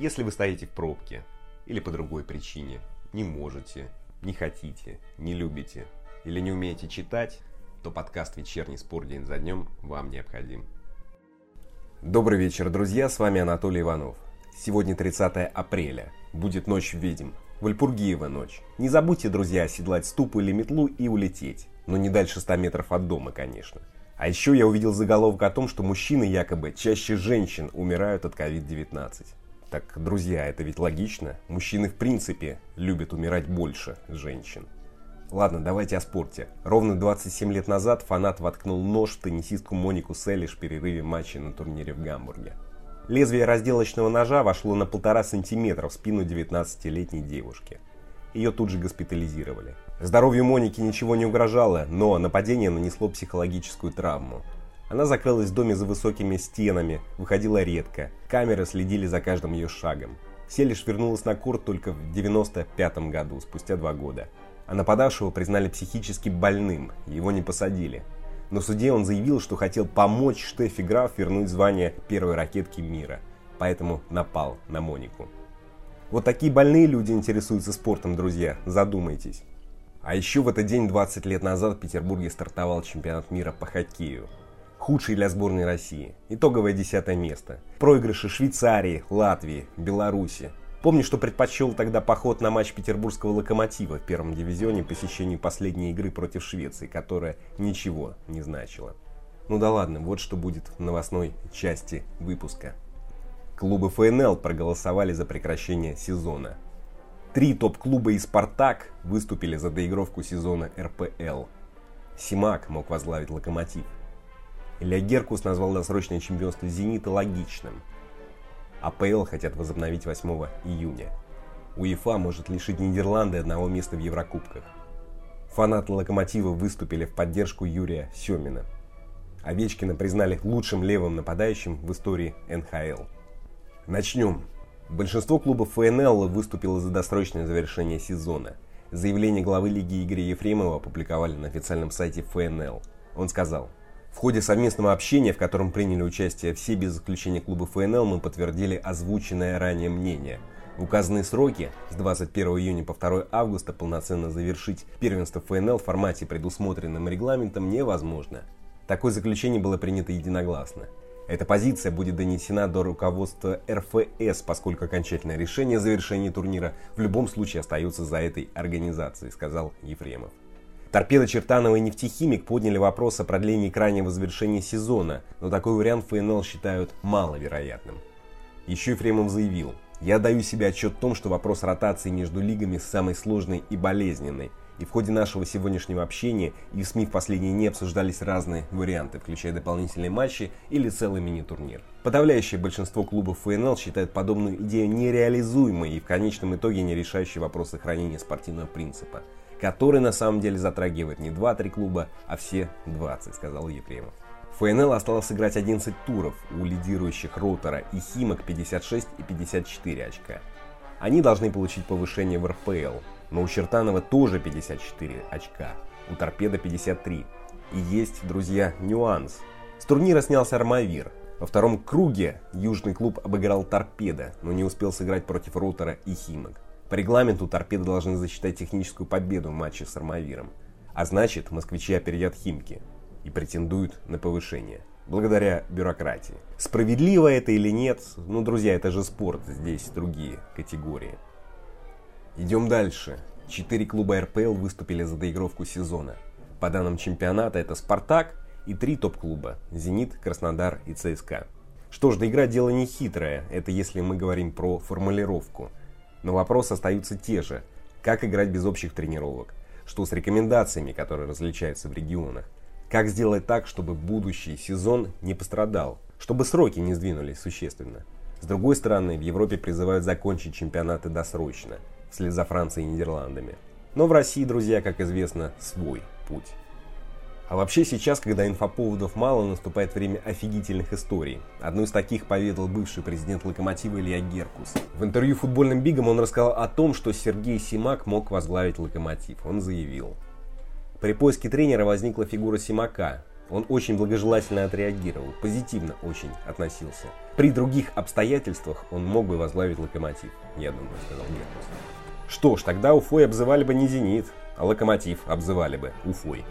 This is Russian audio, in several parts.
Если вы стоите в пробке или по другой причине, не можете, не хотите, не любите или не умеете читать, то подкаст «Вечерний спор день за днем» вам необходим. Добрый вечер, друзья, с вами Анатолий Иванов. Сегодня 30 апреля, будет ночь ведьм, Вальпургиева ночь. Не забудьте, друзья, оседлать ступу или метлу и улететь, но не дальше 100 метров от дома, конечно. А еще я увидел заголовок о том, что мужчины якобы чаще женщин умирают от COVID-19. Так, друзья, это ведь логично. Мужчины в принципе любят умирать больше женщин. Ладно, давайте о спорте. Ровно 27 лет назад фанат воткнул нож в теннисистку Монику Селиш в перерыве матча на турнире в Гамбурге. Лезвие разделочного ножа вошло на 1,5 сантиметра в спину 19-летней девушки. Ее тут же госпитализировали. Здоровью Моники ничего не угрожало, но нападение нанесло психологическую травму. Она закрылась в доме за высокими стенами, выходила редко, камеры следили за каждым ее шагом. Селиш вернулась на корт только в 1995 году, спустя 2 года. А нападавшего признали психически больным, его не посадили. Но в суде он заявил, что хотел помочь Штеффи Граф вернуть звание первой ракетки мира, поэтому напал на Монику. Вот такие больные люди интересуются спортом, друзья, задумайтесь. А еще в этот день 20 лет назад в Петербурге стартовал чемпионат мира по хоккею. Худший для сборной России. Итоговое 10-е место. Проигрыши Швейцарии, Латвии, Беларуси. Помню, что предпочел тогда поход на матч петербургского «Локомотива» в первом дивизионе посещению последней игры против Швеции, которая ничего не значила. Ну да ладно, вот что будет в новостной части выпуска. Клубы ФНЛ проголосовали за прекращение сезона. 3 топ-клуба и «Спартак» выступили за доигровку сезона РПЛ. Симак мог возглавить «Локомотив». Илья Геркус назвал досрочное чемпионство «Зенита» логичным. АПЛ хотят возобновить 8 июня. УЕФА может лишить Нидерланды одного места в Еврокубках. Фанаты «Локомотива» выступили в поддержку Юрия Семина. Овечкина признали лучшим левым нападающим в истории НХЛ. Начнем. Большинство клубов ФНЛ выступило за досрочное завершение сезона. Заявление главы лиги Игоря Ефремова опубликовали на официальном сайте ФНЛ. Он сказал: в ходе совместного общения, в котором приняли участие все без исключения клубы ФНЛ, мы подтвердили озвученное ранее мнение. В указанные сроки с 21 июня по 2 августа полноценно завершить первенство ФНЛ в формате, предусмотренным регламентом, невозможно. Такое заключение было принято единогласно. Эта позиция будет донесена до руководства РФС, поскольку окончательное решение о завершении турнира в любом случае остается за этой организацией, сказал Ефремов. Торпедо Чертанова и Нефтехимик подняли вопрос о продлении крайнего завершения сезона, но такой вариант ФНЛ считают маловероятным. Еще Ефремов заявил: «Я даю себе отчет в том, что вопрос ротации между лигами самый сложный и болезненный, и в ходе нашего сегодняшнего общения и в СМИ в последние дни обсуждались разные варианты, включая дополнительные матчи или целый мини-турнир. Подавляющее большинство клубов ФНЛ считают подобную идею нереализуемой и в конечном итоге не решающей вопрос сохранения спортивного принципа, который на самом деле затрагивает не 2-3 клуба, а все 20, сказал Ефремов. ФНЛ осталось сыграть 11 туров, у лидирующих Ротора и Химок 56 и 54 очка. Они должны получить повышение в РПЛ, но у Чертанова тоже 54 очка, у Торпедо 53. И есть, друзья, нюанс. С турнира снялся Армавир. Во втором круге южный клуб обыграл Торпедо, но не успел сыграть против Ротора и Химок. По регламенту Торпедо должны засчитать техническую победу в матче с Армавиром. А значит, москвичи опередят Химки и претендуют на повышение. Благодаря бюрократии. Справедливо это или нет? Ну, друзья, это же спорт, здесь другие категории. Идем дальше. 4 клуба РПЛ выступили за доигровку сезона. По данным чемпионата это «Спартак» и 3 топ-клуба – «Зенит», «Краснодар» и «ЦСКА». Что ж, доиграть дело не хитрое, это если мы говорим про формулировку. Но вопросы остаются те же. Как играть без общих тренировок? Что с рекомендациями, которые различаются в регионах? Как сделать так, чтобы будущий сезон не пострадал? Чтобы сроки не сдвинулись существенно? С другой стороны, в Европе призывают закончить чемпионаты досрочно, вслед за Францией и Нидерландами. Но в России, друзья, как известно, свой путь. А вообще сейчас, когда инфоповодов мало, наступает время офигительных историй. Одну из таких поведал бывший президент «Локомотива» Илья Геркус. В интервью футбольным бигам он рассказал о том, что Сергей Симак мог возглавить «Локомотив». Он заявил: при поиске тренера возникла фигура Симака. Он очень благожелательно отреагировал, позитивно очень относился. При других обстоятельствах он мог бы возглавить Локомотив, я думаю, сказал Геркус. Что ж, тогда Уфой обзывали бы не «Зенит», а Локомотив обзывали бы Уфой.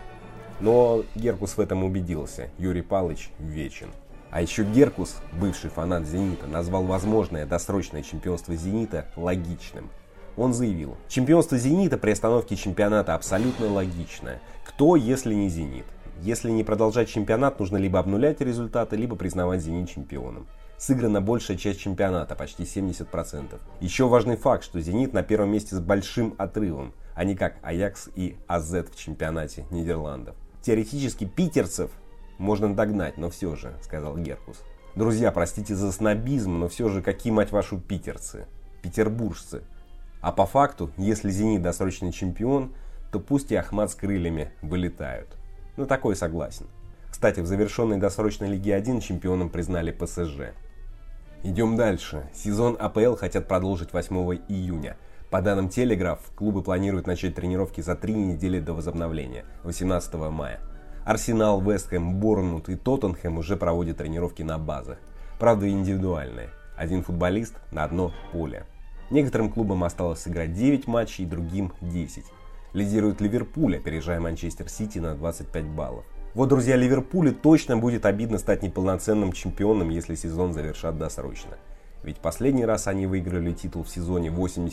Но Геркус в этом убедился, Юрий Павлович вечен. А еще Геркус, бывший фанат «Зенита», назвал возможное досрочное чемпионство «Зенита» логичным. Он заявил: чемпионство «Зенита» при остановке чемпионата абсолютно логичное. Кто, если не «Зенит»? Если не продолжать чемпионат, нужно либо обнулять результаты, либо признавать «Зенит» чемпионом. Сыграна большая часть чемпионата, почти 70%. Еще важный факт, что «Зенит» на первом месте с большим отрывом, а не как «Аякс» и «АЗ» в чемпионате Нидерландов. Теоретически питерцев можно догнать, но все же, сказал Геркус. Друзья, простите за снобизм, но все же какие, мать вашу, питерцы? Петербуржцы. А по факту, если «Зенит» досрочный чемпион, то пусть и Ахмат с крыльями вылетают. На такое согласен. Кстати, в завершенной досрочной Лиге 1 чемпионом признали ПСЖ. Идем дальше. Сезон АПЛ хотят продолжить 8 июня. По данным Телеграф, клубы планируют начать тренировки за 3 недели до возобновления, 18 мая. Арсенал, Вест Хэм, Борнмут и Тоттенхэм уже проводят тренировки на базах. Правда, индивидуальные. Один футболист на одно поле. Некоторым клубам осталось сыграть 9 матчей, другим 10. Лидирует Ливерпуль, опережая Манчестер Сити на 25 баллов. Вот, друзья, Ливерпулю точно будет обидно стать неполноценным чемпионом, если сезон завершат досрочно. Ведь последний раз они выиграли титул в сезоне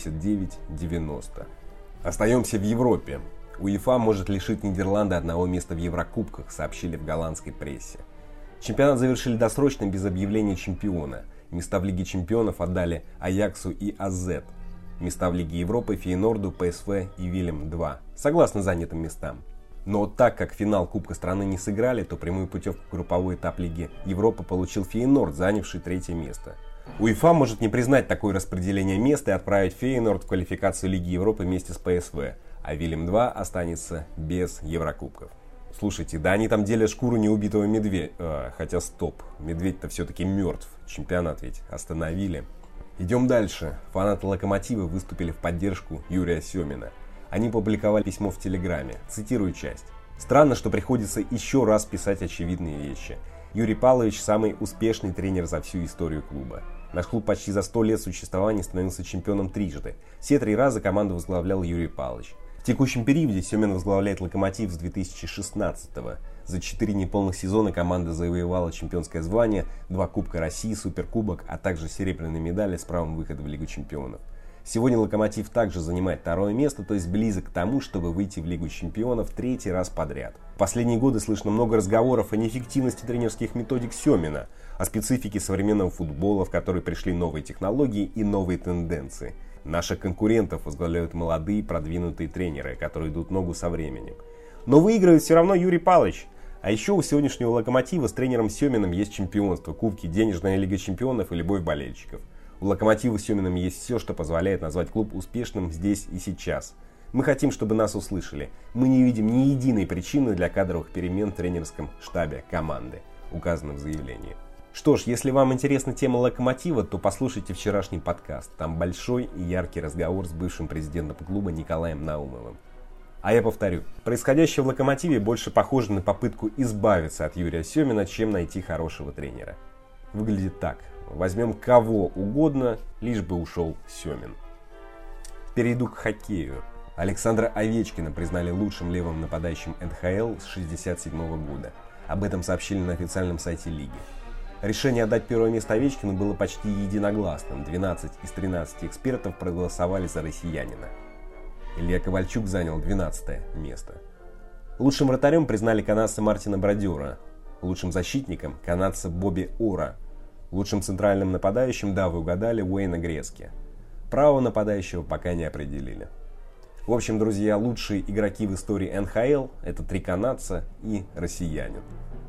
89-90. Остаемся в Европе. УЕФА может лишить Нидерланды одного места в Еврокубках, сообщили в голландской прессе. Чемпионат завершили досрочно без объявления чемпиона. Места в Лиге чемпионов отдали Аяксу и АЗ. Места в Лиге Европы Фейнорду, ПСВ и Вилем-2, согласно занятым местам. Но так как финал Кубка страны не сыграли, то прямую путевку в групповой этап Лиги Европы получил Фейнорд, занявший 3-е место. УЕФА может не признать такое распределение мест и отправить Фейнорд в квалификацию Лиги Европы вместе с ПСВ, а Вилем-2 останется без Еврокубков. Слушайте, да они там делят шкуру неубитого медведя. Хотя стоп, медведь-то все-таки мертв, чемпионат ведь остановили. Идем дальше. Фанаты «Локомотива» выступили в поддержку Юрия Семина. Они публиковали письмо в Телеграме. Цитирую часть. «Странно, что приходится еще раз писать очевидные вещи. Юрий Павлович – самый успешный тренер за всю историю клуба. Наш клуб почти за 100 лет существования становился чемпионом трижды. Все 3 раза команду возглавлял Юрий Павлович. В текущем периоде Семин возглавляет «Локомотив» с 2016-го. За 4 неполных сезона команда завоевала чемпионское звание, 2 Кубка России, Суперкубок, а также серебряные медали с правом выхода в Лигу чемпионов. Сегодня «Локомотив» также занимает 2-е место, то есть близок к тому, чтобы выйти в Лигу чемпионов 3-й раз подряд. В последние годы слышно много разговоров о неэффективности тренерских методик Семина, о специфике современного футбола, в который пришли новые технологии и новые тенденции. Наших конкурентов возглавляют молодые продвинутые тренеры, которые идут ногу со временем. Но выигрывает все равно Юрий Павлович. А еще у сегодняшнего «Локомотива» с тренером Семиным есть чемпионство, кубки, денежная Лига чемпионов и любовь болельщиков. У «Локомотива» с Семиным есть все, что позволяет назвать клуб успешным здесь и сейчас. Мы хотим, чтобы нас услышали. Мы не видим ни единой причины для кадровых перемен в тренерском штабе команды, указано в заявлении. Что ж, если вам интересна тема «Локомотива», то послушайте вчерашний подкаст. Там большой и яркий разговор с бывшим президентом клуба Николаем Наумовым. А я повторю, происходящее в «Локомотиве» больше похоже на попытку избавиться от Юрия Семина, чем найти хорошего тренера. Выглядит так. Возьмем кого угодно, лишь бы ушел Семин. Перейду к хоккею. Александра Овечкина признали лучшим левым нападающим НХЛ с 1967 года. Об этом сообщили на официальном сайте лиги. Решение отдать первое место Овечкину было почти единогласным. 12 из 13 экспертов проголосовали за россиянина. Илья Ковальчук занял 12-е место. Лучшим вратарем признали канадца Мартина Бродера. Лучшим защитником – канадца Бобби Ора. Лучшим центральным нападающим, да, вы угадали, Уэйна Грецки. Правого нападающего пока не определили. В общем, друзья, лучшие игроки в истории НХЛ – это 3 канадца и россиянин.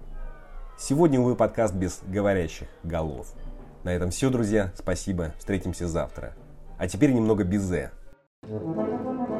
Сегодня, увы, подкаст без говорящих голов. На этом все, друзья. Спасибо. Встретимся завтра. А теперь немного безе.